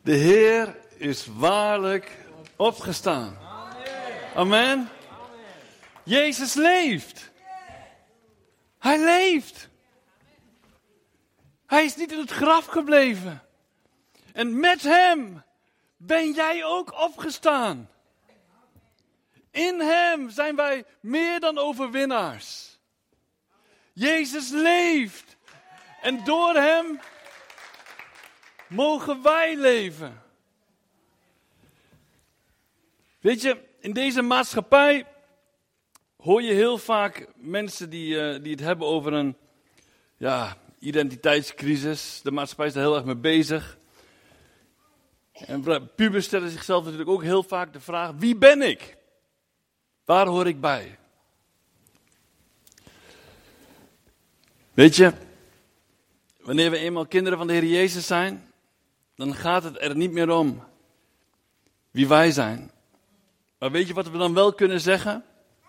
De Heer is waarlijk opgestaan. Amen. Jezus leeft. Hij leeft. Hij is niet in het graf gebleven. En met hem ben jij ook opgestaan. In hem zijn wij meer dan overwinnaars. Jezus leeft. En door hem mogen wij leven. Weet je, in deze maatschappij hoor je heel vaak mensen die het hebben over een identiteitscrisis. De maatschappij is er heel erg mee bezig. En pubers stellen zichzelf natuurlijk ook heel vaak de vraag: wie ben ik? Waar hoor ik bij? Weet je, wanneer we eenmaal kinderen van de Heer Jezus zijn, dan gaat het er niet meer om wie wij zijn. Maar weet je wat we dan wel kunnen zeggen?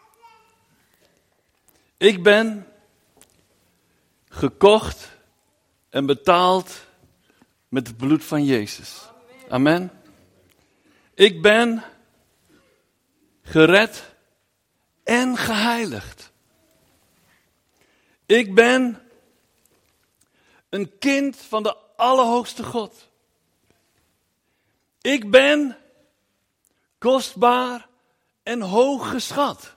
Ik ben gekocht en betaald met het bloed van Jezus. Amen. Ik ben gered en geheiligd. Ik ben een kind van de Allerhoogste God. Ik ben kostbaar en hoog geschat.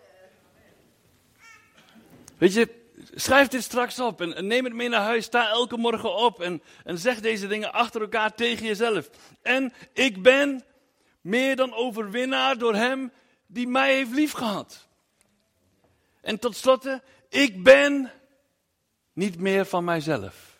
Weet je, schrijf dit straks op en neem het mee naar huis. Sta elke morgen op en zeg deze dingen achter elkaar tegen jezelf. En ik ben meer dan overwinnaar door hem die mij heeft liefgehad. En tot slot, ik ben niet meer van mijzelf.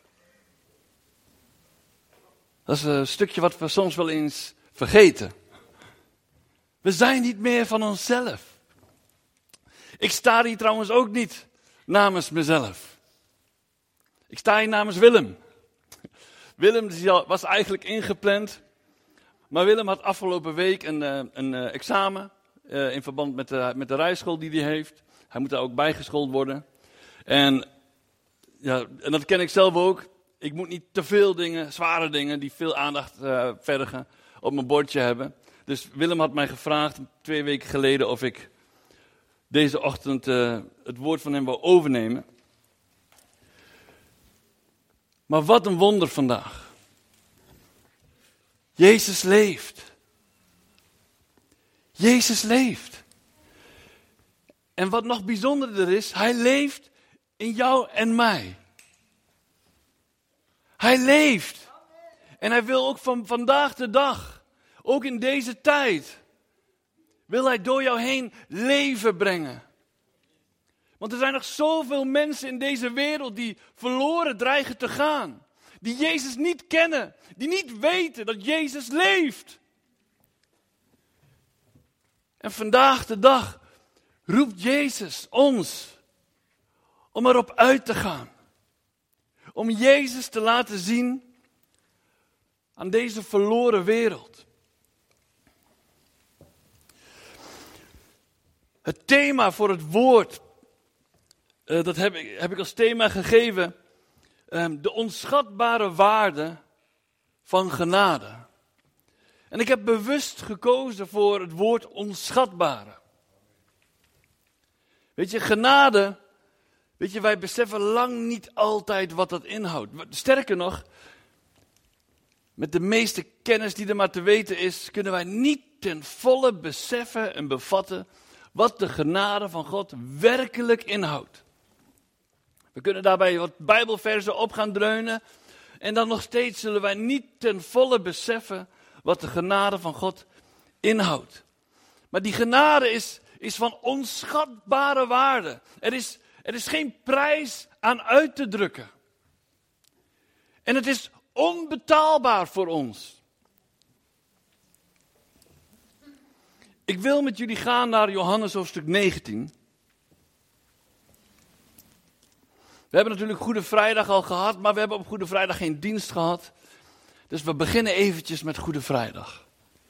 Dat is een stukje wat we soms wel eens vergeten. We zijn niet meer van onszelf. Ik sta hier trouwens ook niet namens mezelf. Ik sta hier namens Willem. Willem was eigenlijk ingepland. Maar Willem had afgelopen week een examen in verband met de rijschool die hij heeft. Hij moet daar ook bijgeschoold worden. En dat ken ik zelf ook. Ik moet niet te veel dingen, zware dingen die veel aandacht vergen, op mijn bordje hebben. Dus Willem had mij gevraagd 2 weken geleden of ik deze ochtend het woord van hem wil overnemen. Maar wat een wonder vandaag. Jezus leeft. Jezus leeft. En wat nog bijzonderder is, hij leeft in jou en mij. Hij leeft. En hij wil ook van vandaag de dag, ook in deze tijd, wil hij door jou heen leven brengen. Want er zijn nog zoveel mensen in deze wereld die verloren dreigen te gaan. Die Jezus niet kennen. Die niet weten dat Jezus leeft. En vandaag de dag roept Jezus ons om erop uit te gaan. Om Jezus te laten zien aan deze verloren wereld. Het thema voor het woord, dat heb ik als thema gegeven. De onschatbare waarde van genade. En ik heb bewust gekozen voor het woord onschatbare. Weet je, genade, wij beseffen lang niet altijd wat dat inhoudt. Sterker nog, met de meeste kennis die er maar te weten is, kunnen wij niet ten volle beseffen en bevatten wat de genade van God werkelijk inhoudt. We kunnen daarbij wat Bijbelversen op gaan dreunen en dan nog steeds zullen wij niet ten volle beseffen wat de genade van God inhoudt. Maar die genade is van onschatbare waarde. Er is geen prijs aan uit te drukken. En het is onbetaalbaar voor ons. Ik wil met jullie gaan naar Johannes hoofdstuk 19. We hebben natuurlijk Goede Vrijdag al gehad, maar we hebben op Goede Vrijdag geen dienst gehad. Dus we beginnen eventjes met Goede Vrijdag.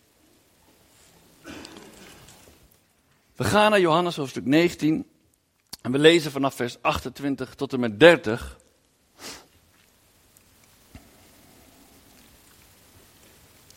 We gaan naar Johannes hoofdstuk 19 en we lezen vanaf vers 28 tot en met 30.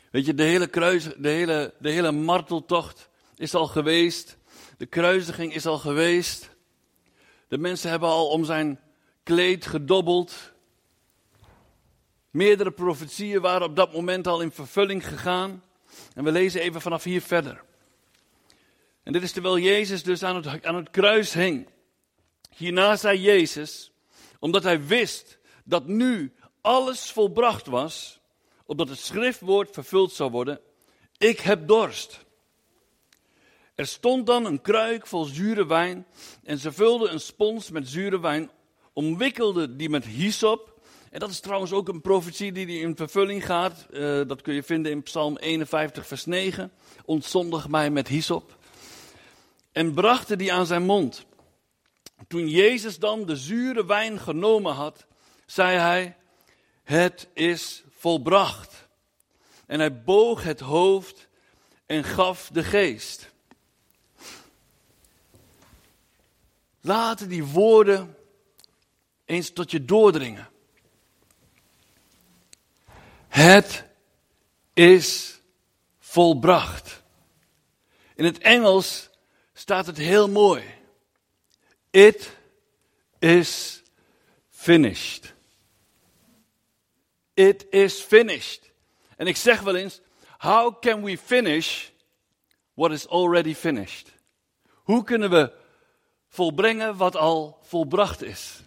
Weet je, de hele marteltocht is al geweest. De kruisiging is al geweest. De mensen hebben al om zijn kleed gedobbeld. Meerdere profetieën waren op dat moment al in vervulling gegaan. En we lezen even vanaf hier verder. En dit is terwijl Jezus dus aan het kruis hing. Hierna zei Jezus, omdat hij wist dat nu alles volbracht was, opdat het schriftwoord vervuld zou worden, ik heb dorst. Er stond dan een kruik vol zure wijn en ze vulden een spons met zure wijn, omwikkelden die met hyssop. En dat is trouwens ook een profetie die in vervulling gaat. Dat kun je vinden in Psalm 51 vers 9. Ontzondig mij met hyssop. En brachten die aan zijn mond. Toen Jezus dan de zure wijn genomen had, zei hij, het is volbracht. En hij boog het hoofd en gaf de geest. Laten die woorden eens tot je doordringen. Het is volbracht. In het Engels staat het heel mooi. It is finished. It is finished. En ik zeg wel eens, how can we finish what is already finished? Hoe kunnen we volbrengen wat al volbracht is?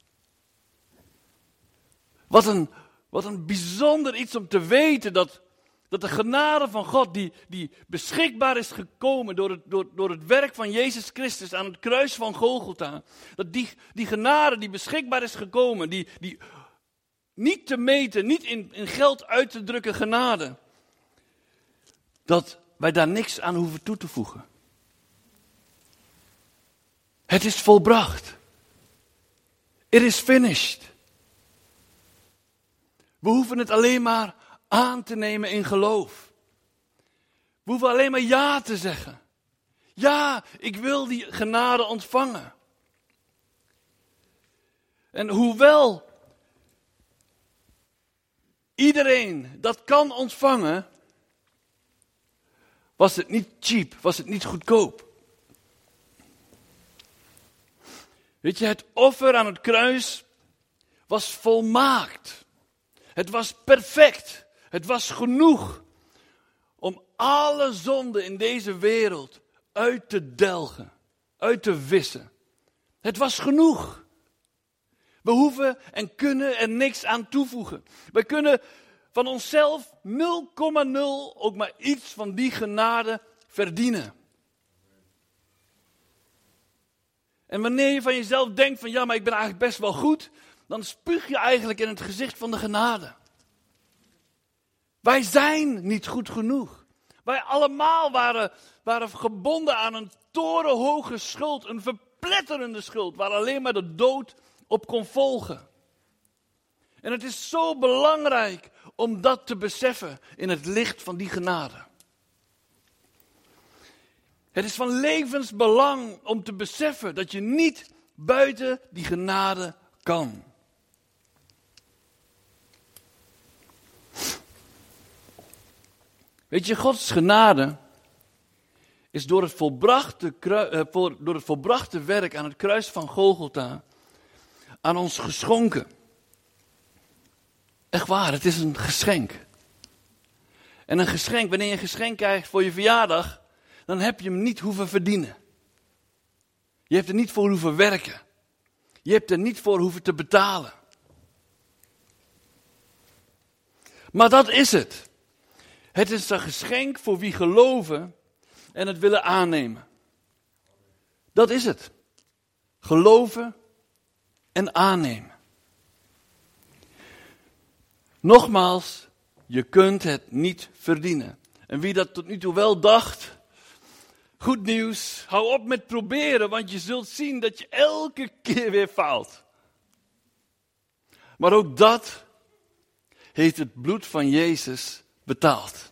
Wat een bijzonder iets om te weten dat de genade van God die beschikbaar is gekomen door het werk van Jezus Christus aan het kruis van Golgotha. Dat die genade die beschikbaar is gekomen, die niet te meten, niet in geld uit te drukken genade. Dat wij daar niks aan hoeven toe te voegen. Het is volbracht. It is finished. We hoeven het alleen maar aan te nemen in geloof. We hoeven alleen maar ja te zeggen. Ja, ik wil die genade ontvangen. En hoewel iedereen dat kan ontvangen, was het niet cheap, was het niet goedkoop. Weet je, het offer aan het kruis was volmaakt. Het was perfect. Het was genoeg om alle zonden in deze wereld uit te delgen, uit te wissen. Het was genoeg. We hoeven en kunnen er niks aan toevoegen. We kunnen van onszelf 0,0 ook maar iets van die genade verdienen. En wanneer je van jezelf denkt van ja, maar ik ben eigenlijk best wel goed, dan spuug je eigenlijk in het gezicht van de genade. Wij zijn niet goed genoeg. Wij allemaal waren gebonden aan een torenhoge schuld, een verpletterende schuld, waar alleen maar de dood op kon volgen. En het is zo belangrijk om dat te beseffen in het licht van die genade. Het is van levensbelang om te beseffen dat je niet buiten die genade kan. Weet je, Gods genade is door het volbrachte werk aan het kruis van Golgotha aan ons geschonken. Echt waar, het is een geschenk. En een geschenk, wanneer je een geschenk krijgt voor je verjaardag, dan heb je hem niet hoeven verdienen. Je hebt er niet voor hoeven werken. Je hebt er niet voor hoeven te betalen. Maar dat is het. Het is een geschenk voor wie geloven en het willen aannemen. Dat is het. Geloven en aannemen. Nogmaals, je kunt het niet verdienen. En wie dat tot nu toe wel dacht, goed nieuws, hou op met proberen, want je zult zien dat je elke keer weer faalt. Maar ook dat heeft het bloed van Jezus betaald.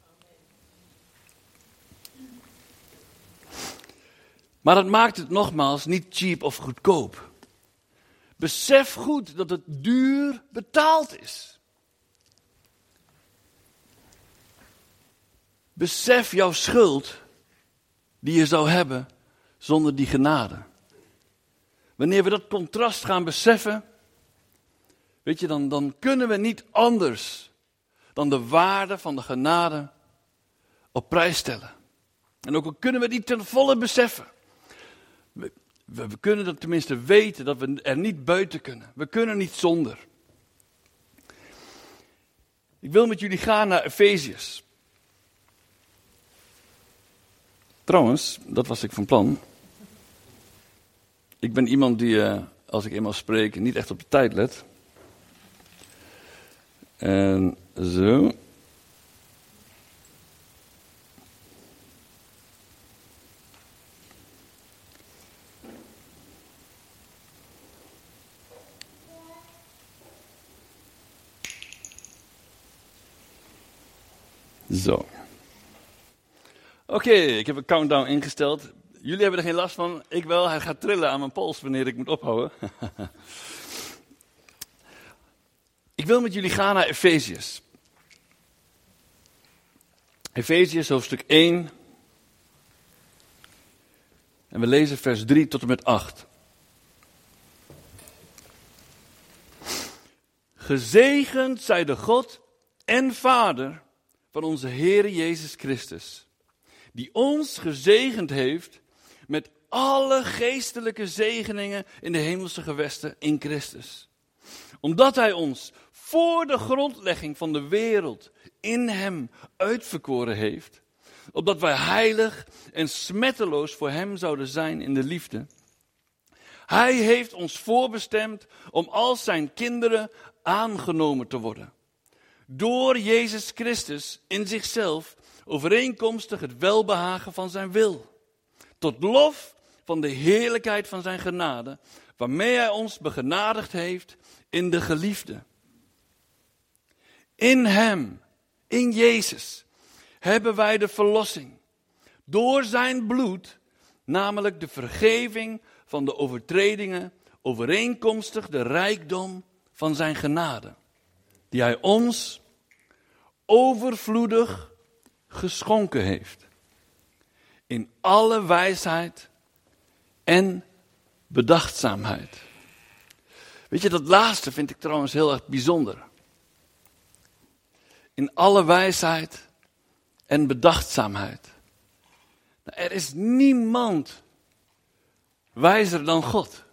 Maar dat maakt het nogmaals niet cheap of goedkoop. Besef goed dat het duur betaald is. Besef jouw schuld die je zou hebben zonder die genade. Wanneer we dat contrast gaan beseffen, weet je, dan kunnen we niet anders dan de waarde van de genade op prijs stellen. En ook al kunnen we die ten volle beseffen. We kunnen dat tenminste weten dat we er niet buiten kunnen. We kunnen niet zonder. Ik wil met jullie gaan naar Efeziërs. Trouwens, dat was ik van plan. Ik ben iemand die, als ik eenmaal spreek, niet echt op de tijd let. En zo. Zo. Oké, ik heb een countdown ingesteld. Jullie hebben er geen last van, ik wel. Hij gaat trillen aan mijn pols wanneer ik moet ophouden. Ik wil met jullie gaan naar Efeziërs. Efeziërs hoofdstuk 1. En we lezen vers 3 tot en met 8. Gezegend zij de God en Vader van onze Heere Jezus Christus, die ons gezegend heeft met alle geestelijke zegeningen in de hemelse gewesten in Christus. Omdat Hij ons voor de grondlegging van de wereld in Hem uitverkoren heeft, opdat wij heilig en smetteloos voor Hem zouden zijn in de liefde. Hij heeft ons voorbestemd om als zijn kinderen aangenomen te worden. Door Jezus Christus in zichzelf, overeenkomstig het welbehagen van zijn wil. Tot lof van de heerlijkheid van zijn genade, waarmee hij ons begenadigd heeft in de geliefde. In hem, in Jezus, hebben wij de verlossing. Door zijn bloed, namelijk de vergeving van de overtredingen, overeenkomstig de rijkdom van zijn genade. Die hij ons overvloedig geschonken heeft. In alle wijsheid en bedachtzaamheid. Weet je, dat laatste vind ik trouwens heel erg bijzonder. In alle wijsheid en bedachtzaamheid. Nou, er is niemand wijzer dan God.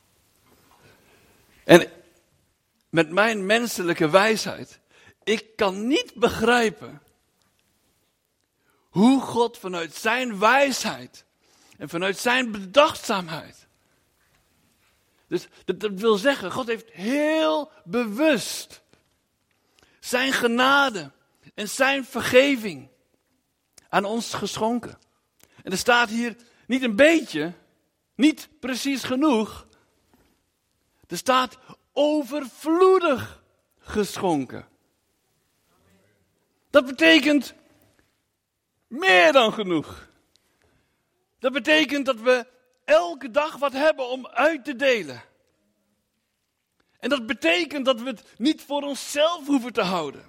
En met mijn menselijke wijsheid, ik kan niet begrijpen hoe God vanuit zijn wijsheid en vanuit zijn bedachtzaamheid. Dus dat wil zeggen, God heeft heel bewust zijn genade en zijn vergeving aan ons geschonken. En er staat hier niet een beetje, niet precies genoeg. Er staat overvloedig geschonken. Dat betekent meer dan genoeg. Dat betekent dat we elke dag wat hebben om uit te delen. En dat betekent dat we het niet voor onszelf hoeven te houden.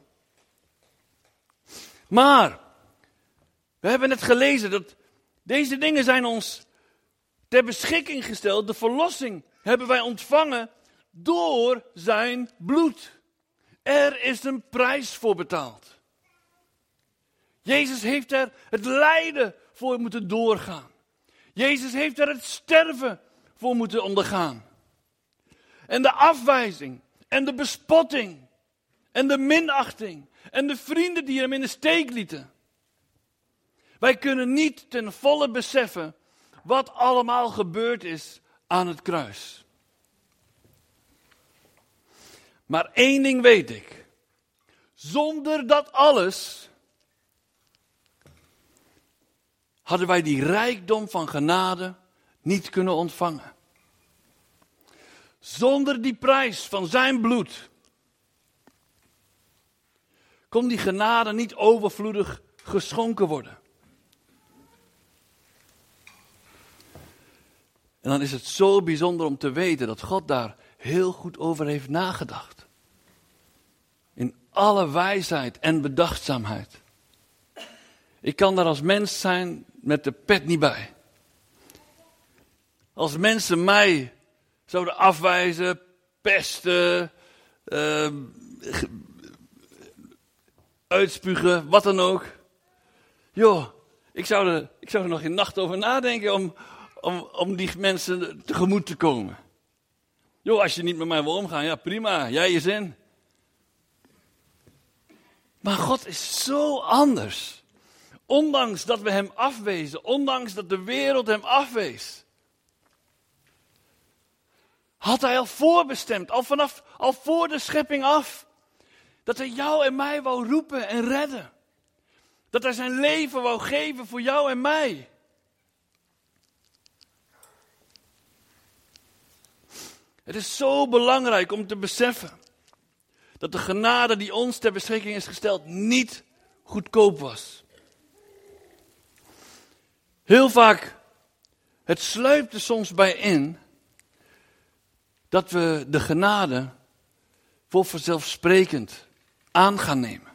Maar, we hebben net gelezen dat deze dingen zijn ons ter beschikking gesteld. De verlossing hebben wij ontvangen door zijn bloed. Er is een prijs voor betaald. Jezus heeft er het lijden voor moeten doorgaan. Jezus heeft er het sterven voor moeten ondergaan. En de afwijzing en de bespotting en de minachting en de vrienden die hem in de steek lieten. Wij kunnen niet ten volle beseffen wat allemaal gebeurd is aan het kruis. Maar één ding weet ik. Zonder dat alles hadden wij die rijkdom van genade niet kunnen ontvangen. Zonder die prijs van zijn bloed kon die genade niet overvloedig geschonken worden. En dan is het zo bijzonder om te weten dat God daar heel goed over heeft nagedacht. In alle wijsheid en bedachtzaamheid. Ik kan daar als mens zijn met de pet niet bij. Als mensen mij zouden afwijzen, pesten, uitspugen, wat dan ook. Joh, ik zou er nog geen nacht over nadenken om die mensen tegemoet te komen. Joh, als je niet met mij wil omgaan, ja prima, jij je zin. Maar God is zo anders. Ondanks dat we hem afwezen, ondanks dat de wereld hem afwees, had hij al voorbestemd, al voor de schepping af, dat hij jou en mij wou roepen en redden. Dat hij zijn leven wou geven voor jou en mij. Het is zo belangrijk om te beseffen dat de genade die ons ter beschikking is gesteld niet goedkoop was. Heel vaak, het sluipt er soms bij in dat we de genade voor vanzelfsprekend aan gaan nemen.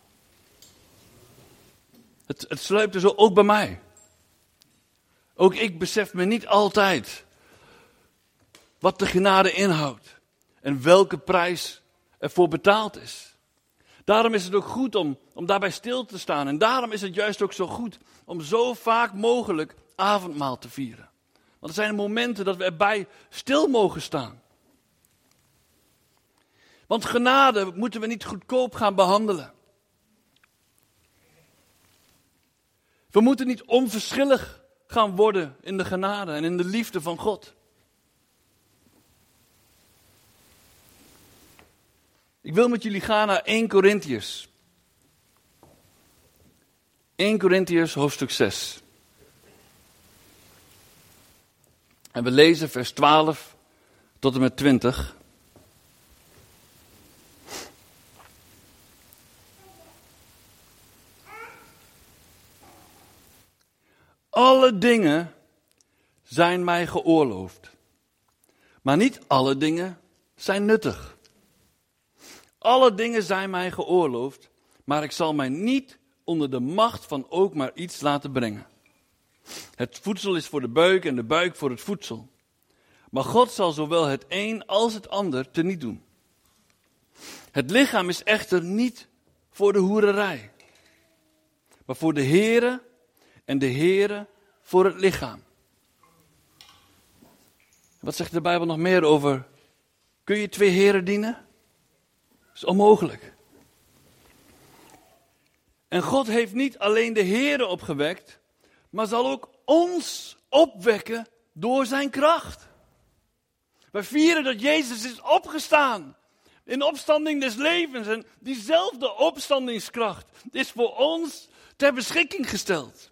Het sluipt er zo ook bij mij. Ook ik besef me niet altijd wat de genade inhoudt en welke prijs ervoor betaald is. Daarom is het ook goed om daarbij stil te staan. En daarom is het juist ook zo goed om zo vaak mogelijk avondmaal te vieren. Want er zijn momenten dat we erbij stil mogen staan. Want genade moeten we niet goedkoop gaan behandelen. We moeten niet onverschillig gaan worden in de genade en in de liefde van God. Ik wil met jullie gaan naar 1 Korintiërs. 1 Korintiërs hoofdstuk 6. En we lezen vers 12 tot en met 20. Alle dingen zijn mij geoorloofd, maar niet alle dingen zijn nuttig. Alle dingen zijn mij geoorloofd, maar ik zal mij niet onder de macht van ook maar iets laten brengen. Het voedsel is voor de buik en de buik voor het voedsel. Maar God zal zowel het een als het ander teniet doen. Het lichaam is echter niet voor de hoererij, maar voor de Here en de Here voor het lichaam. Wat zegt de Bijbel nog meer over? Kun je 2 heren dienen? Dat is onmogelijk. En God heeft niet alleen de Here opgewekt, maar zal ook ons opwekken door zijn kracht. Wij vieren dat Jezus is opgestaan in de opstanding des levens. En diezelfde opstandingskracht is voor ons ter beschikking gesteld.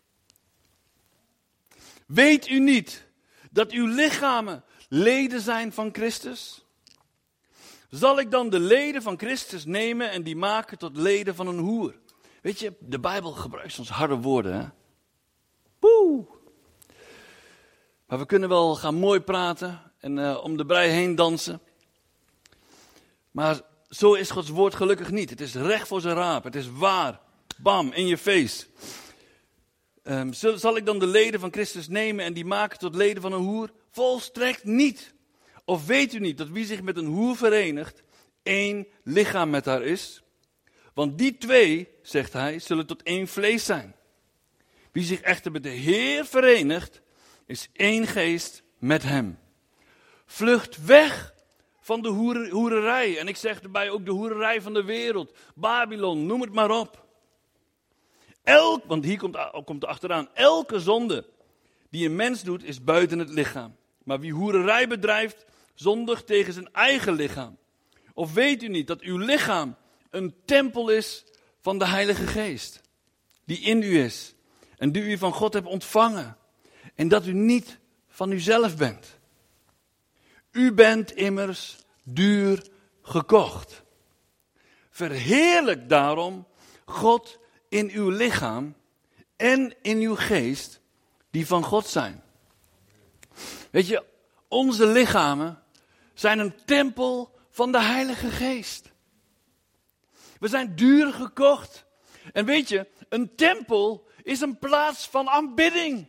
Weet u niet dat uw lichamen leden zijn van Christus? Zal ik dan de leden van Christus nemen en die maken tot leden van een hoer? Weet je, de Bijbel gebruikt soms harde woorden, hè? Poeh! Maar we kunnen wel gaan mooi praten en om de brei heen dansen. Maar zo is Gods woord gelukkig niet. Het is recht voor zijn raap. Het is waar. Bam, in je face. Zal ik dan de leden van Christus nemen en die maken tot leden van een hoer? Volstrekt niet. Of weet u niet dat wie zich met een hoer verenigt, één lichaam met haar is? Want die 2, zegt hij, zullen tot 1 vlees zijn. Wie zich echter met de Heer verenigt, is 1 geest met hem. Vlucht weg van de hoererij. En ik zeg erbij ook de hoererij van de wereld. Babylon, noem het maar op. Want hier komt er achteraan. Elke zonde die een mens doet, is buiten het lichaam. Maar wie hoererij bedrijft, zondigt tegen zijn eigen lichaam. Of weet u niet dat uw lichaam een tempel is van de Heilige Geest, die in u is en die u van God hebt ontvangen, en dat u niet van uzelf bent. U bent immers duur gekocht. Verheerlijk daarom God in uw lichaam en in uw geest, die van God zijn. Weet je, onze lichamen zijn een tempel van de Heilige Geest. We zijn duur gekocht En weet je, een tempel is een plaats van aanbidding.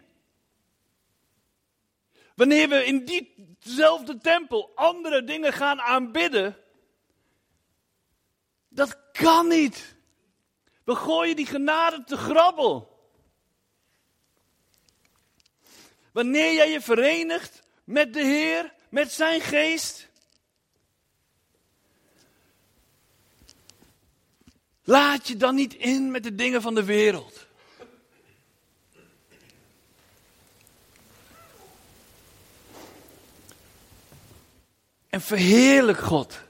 Wanneer we in diezelfde tempel andere dingen gaan aanbidden, dat kan niet. We gooien die genade te grabbel. Wanneer jij je verenigt met de Heer, met zijn geest, laat je dan niet in met de dingen van de wereld. En verheerlijk God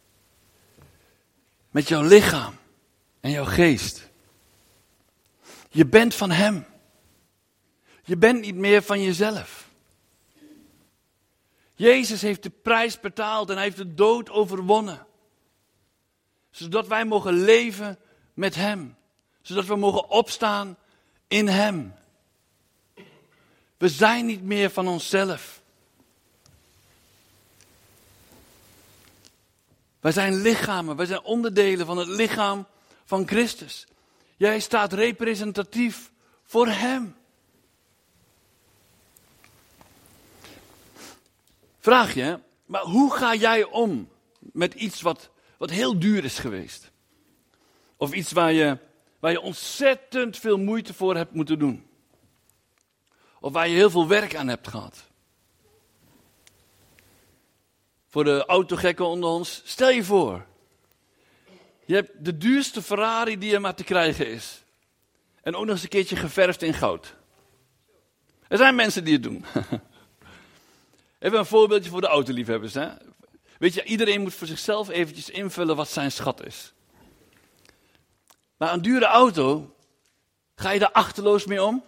met jouw lichaam en jouw geest. Je bent van Hem. Je bent niet meer van jezelf. Jezus heeft de prijs betaald en hij heeft de dood overwonnen. Zodat wij mogen leven met Hem. Zodat we mogen opstaan in Hem. We zijn niet meer van onszelf. Wij zijn lichamen, wij zijn onderdelen van het lichaam van Christus. Jij staat representatief voor Hem. Vraag je, maar hoe ga jij om met iets wat heel duur is geweest? Of iets waar je ontzettend veel moeite voor hebt moeten doen? Of waar je heel veel werk aan hebt gehad? Voor de autogekken onder ons, stel je voor. Je hebt de duurste Ferrari die er maar te krijgen is. En ook nog eens een keertje geverfd in goud. Er zijn mensen die het doen. Even een voorbeeldje voor de autoliefhebbers. Hè? Weet je, iedereen moet voor zichzelf eventjes invullen wat zijn schat is. Maar een dure auto, ga je daar achterloos mee om?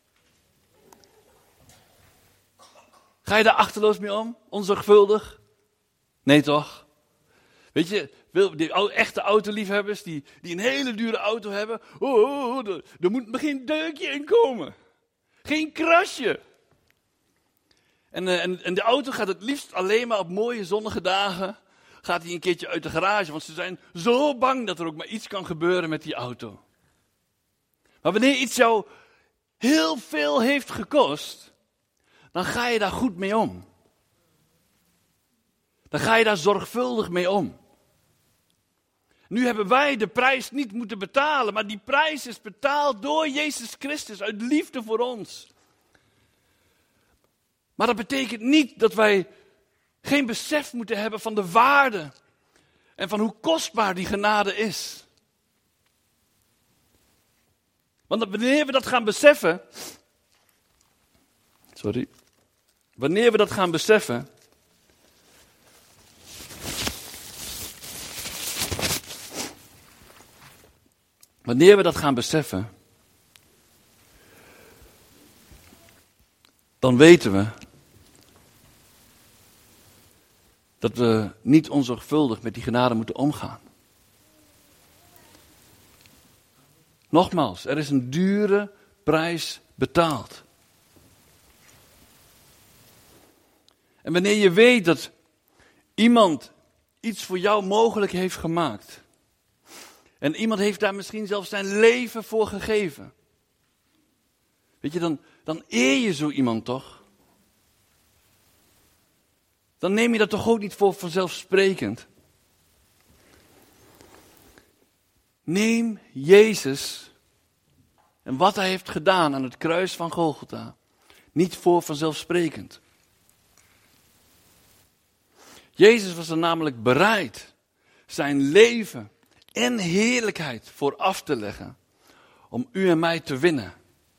Ga je daar achterloos mee om? Onzorgvuldig? Nee toch? Weet je, die echte autoliefhebbers die een hele dure auto hebben. Er moet maar geen deukje in komen. Geen krasje. En de auto gaat het liefst alleen maar op mooie zonnige dagen. Gaat hij een keertje uit de garage. Want ze zijn zo bang dat er ook maar iets kan gebeuren met die auto. Maar wanneer iets jou heel veel heeft gekost, dan ga je daar goed mee om. Dan ga je daar zorgvuldig mee om. Nu hebben wij de prijs niet moeten betalen, maar die prijs is betaald door Jezus Christus uit liefde voor ons. Maar dat betekent niet dat wij geen besef moeten hebben van de waarde en van hoe kostbaar die genade is. Want wanneer we dat gaan beseffen, wanneer we dat gaan beseffen, dan weten we dat we niet onzorgvuldig met die genade moeten omgaan. Nogmaals, er is een dure prijs betaald. En wanneer je weet dat iemand iets voor jou mogelijk heeft gemaakt, en iemand heeft daar misschien zelfs zijn leven voor gegeven, weet je, dan eer je zo iemand toch? Dan neem je dat toch ook niet voor vanzelfsprekend? Neem Jezus en wat hij heeft gedaan aan het kruis van Golgotha niet voor vanzelfsprekend. Jezus was er namelijk bereid zijn leven en heerlijkheid voor af te leggen om u en mij te winnen.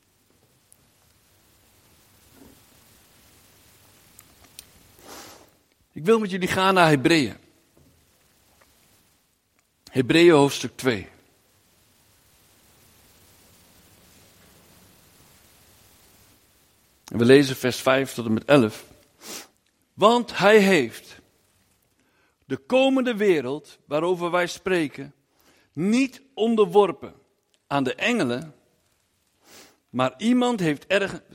Ik wil met jullie gaan naar Hebreeën. Hebreeën hoofdstuk 2. En we lezen vers 5 tot en met 11. Want hij heeft de komende wereld waarover wij spreken niet onderworpen aan de engelen, maar iemand heeft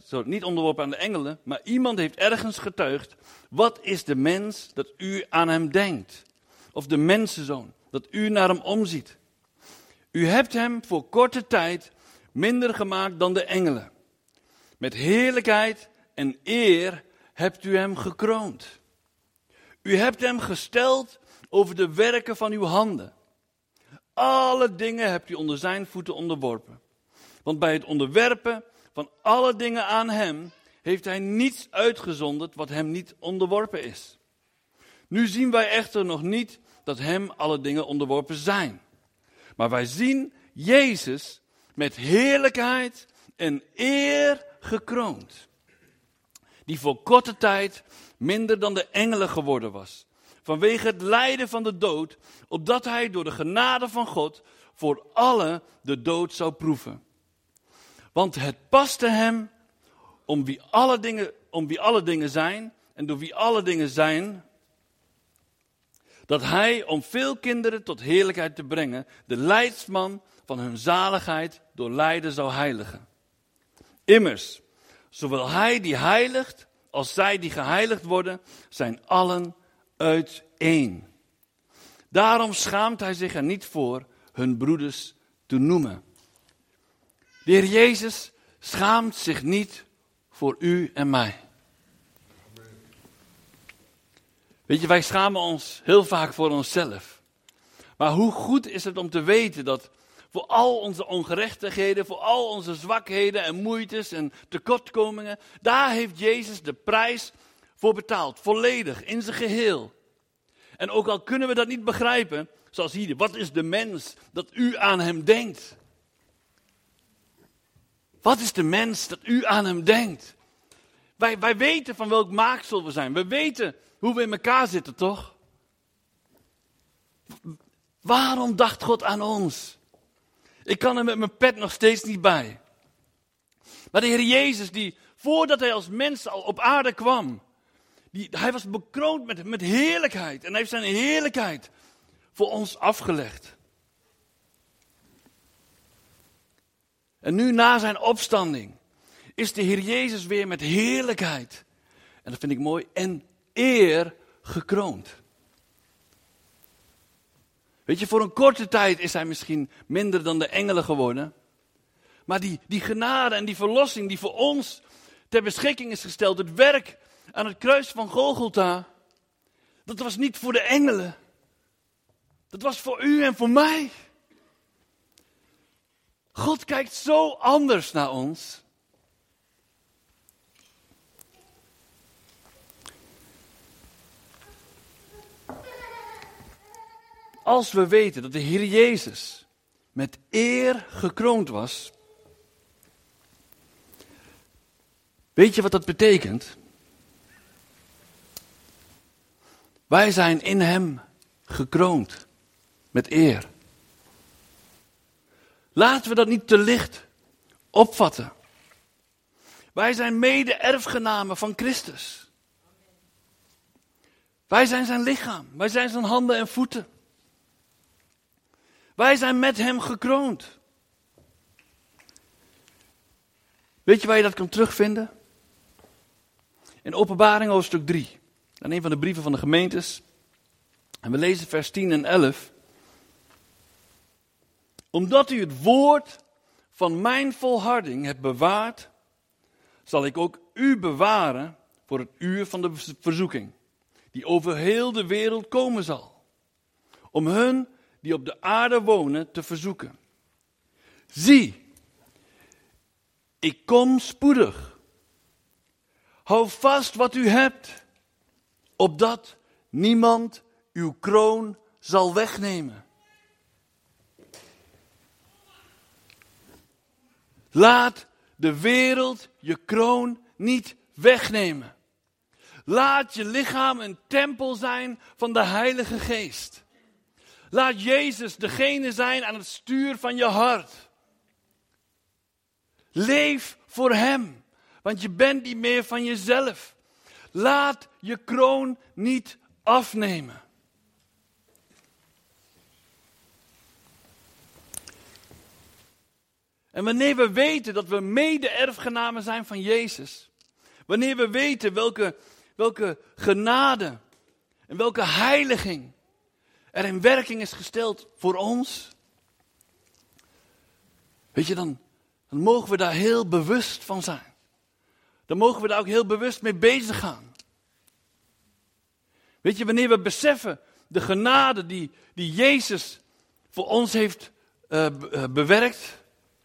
ergens getuigd, wat is de mens dat u aan hem denkt? Of de mensenzoon, dat u naar hem omziet? U hebt hem voor korte tijd minder gemaakt dan de engelen. Met heerlijkheid en eer hebt u hem gekroond. U hebt hem gesteld over de werken van uw handen. Alle dingen hebt u onder zijn voeten onderworpen. Want bij het onderwerpen van alle dingen aan hem heeft hij niets uitgezonderd wat hem niet onderworpen is. Nu zien wij echter nog niet dat hem alle dingen onderworpen zijn. Maar wij zien Jezus met heerlijkheid en eer gekroond. Die voor korte tijd minder dan de engelen geworden was. Vanwege het lijden van de dood, opdat hij door de genade van God voor allen de dood zou proeven. Want het paste hem om wie alle dingen zijn en door wie alle dingen zijn, dat hij om veel kinderen tot heerlijkheid te brengen, de leidsman van hun zaligheid door lijden zou heiligen. Immers, zowel hij die heiligt als zij die geheiligd worden, zijn allen uiteen. Daarom schaamt hij zich er niet voor hun broeders te noemen. De Heer Jezus schaamt zich niet voor u en mij. Weet je, wij schamen ons heel vaak voor onszelf. Maar hoe goed is het om te weten dat voor al onze ongerechtigheden, voor al onze zwakheden en moeites en tekortkomingen, daar heeft Jezus de prijs voor betaald. Volledig, in zijn geheel. En ook al kunnen we dat niet begrijpen, zoals hier, wat is de mens dat u aan hem denkt? Wat is de mens dat u aan hem denkt? Wij weten van welk maaksel we zijn. We weten hoe we in elkaar zitten, toch? Waarom dacht God aan ons? Ik kan er met mijn pet nog steeds niet bij. Maar de Heer Jezus, die voordat hij als mens al op aarde kwam, hij was bekroond met heerlijkheid. En hij heeft zijn heerlijkheid voor ons afgelegd. En nu na zijn opstanding is de Heer Jezus weer met heerlijkheid, en dat vind ik mooi, en eer gekroond. Weet je, voor een korte tijd is hij misschien minder dan de engelen geworden. Maar die genade en die verlossing die voor ons ter beschikking is gesteld, het werk aan het kruis van Golgotha, dat was niet voor de engelen. Dat was voor u en voor mij. God kijkt zo anders naar ons. Als we weten dat de Heer Jezus met eer gekroond was, weet je wat dat betekent? Wij zijn in hem gekroond met eer. Laten we dat niet te licht opvatten. Wij zijn mede-erfgenamen van Christus. Wij zijn zijn lichaam. Wij zijn zijn handen en voeten. Wij zijn met hem gekroond. Weet je waar je dat kan terugvinden? In Openbaring hoofdstuk 3. In een van de brieven van de gemeentes. En we lezen vers 10 en 11. Omdat u het woord van mijn volharding hebt bewaard, zal ik ook u bewaren voor het uur van de verzoeking, die over heel de wereld komen zal, om hun die op de aarde wonen te verzoeken. Zie, ik kom spoedig. Hou vast wat u hebt, opdat niemand uw kroon zal wegnemen. Laat de wereld je kroon niet wegnemen. Laat je lichaam een tempel zijn van de Heilige Geest. Laat Jezus degene zijn aan het stuur van je hart. Leef voor hem, want je bent niet meer van jezelf. Laat je kroon niet afnemen. En wanneer we weten dat we mede-erfgenamen zijn van Jezus, wanneer we weten welke genade en welke heiliging er in werking is gesteld voor ons, Weet je, dan mogen we daar heel bewust van zijn. Dan mogen we daar ook heel bewust mee bezig gaan. Weet je, wanneer we beseffen de genade die Jezus voor ons heeft bewerkt,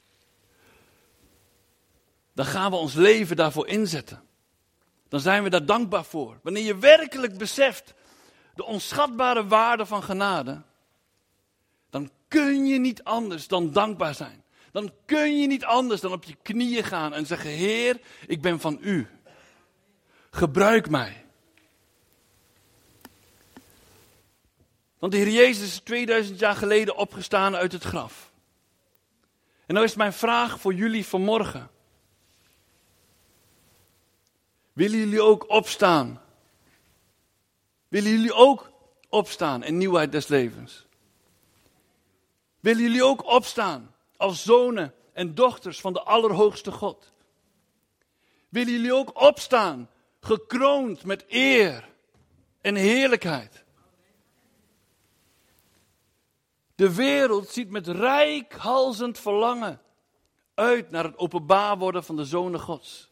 dan gaan we ons leven daarvoor inzetten. Dan zijn we daar dankbaar voor. Wanneer je werkelijk beseft de onschatbare waarde van genade, dan kun je niet anders dan dankbaar zijn. Dan kun je niet anders dan op je knieën gaan en zeggen, Heer, ik ben van u. Gebruik mij. Want de Heer Jezus is 2000 jaar geleden opgestaan uit het graf. En nou is mijn vraag voor jullie vanmorgen. Willen jullie ook opstaan? Willen jullie ook opstaan in nieuwheid des levens? Willen jullie ook opstaan als zonen en dochters van de Allerhoogste God? Willen jullie ook opstaan, gekroond met eer en heerlijkheid? De wereld ziet met reikhalzend verlangen uit naar het openbaar worden van de zonen Gods.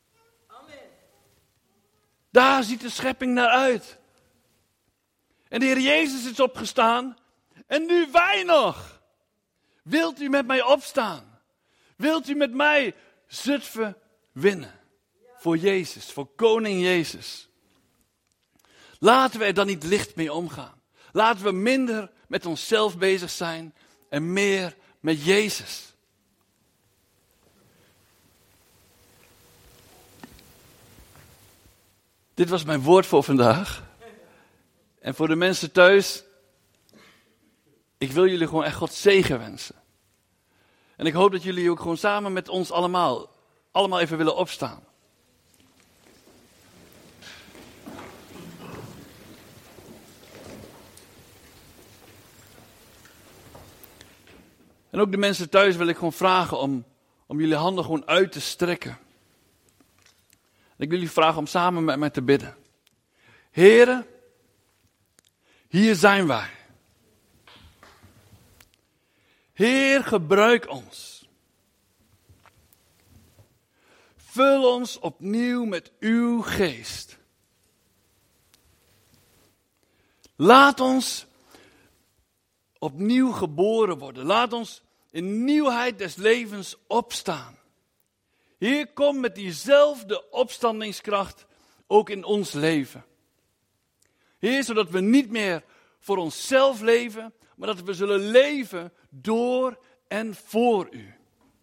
Daar ziet de schepping naar uit. En de Heer Jezus is opgestaan. En nu wij nog. Wilt u met mij opstaan? Wilt u met mij Zutphen winnen? Voor Jezus, voor koning Jezus. Laten we er dan niet licht mee omgaan. Laten we minder met onszelf bezig zijn en meer met Jezus. Dit was mijn woord voor vandaag. En voor de mensen thuis, ik wil jullie gewoon echt God zegen wensen. En ik hoop dat jullie ook gewoon samen met ons allemaal even willen opstaan. En ook de mensen thuis wil ik gewoon vragen om jullie handen gewoon uit te strekken. En ik wil jullie vragen om samen met mij te bidden. Here, hier zijn wij. Heer, gebruik ons. Vul ons opnieuw met uw geest. Laat ons opnieuw geboren worden. Laat ons in nieuwheid des levens opstaan. Heer, kom met diezelfde opstandingskracht ook in ons leven. Heer, zodat we niet meer voor onszelf leven, maar dat we zullen leven door en voor u.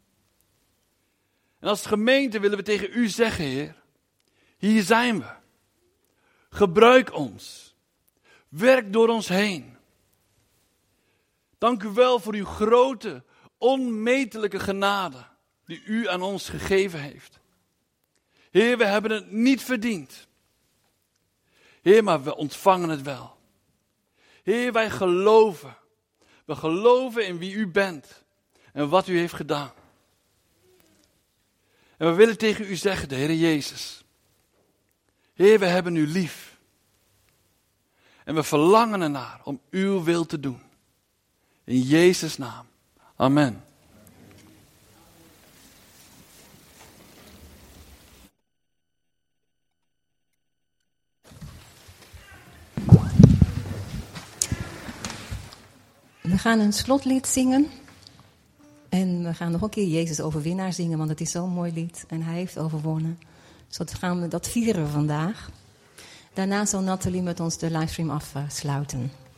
En als gemeente willen we tegen u zeggen, Heer, hier zijn we. Gebruik ons. Werk door ons heen. Dank u wel voor uw grote, onmetelijke genade die u aan ons gegeven heeft. Heer, we hebben het niet verdiend. Heer, maar we ontvangen het wel. Heer, wij geloven. We geloven in wie u bent en wat u heeft gedaan. En we willen tegen u zeggen, de Heer Jezus. Heer, we hebben u lief. En we verlangen ernaar om uw wil te doen. In Jezus' naam. Amen. We gaan een slotlied zingen. En we gaan nog een keer Jezus overwinnaar zingen, want het is zo'n mooi lied. En hij heeft overwonnen. Dus dat vieren we vandaag. Daarna zal Nathalie met ons de livestream afsluiten.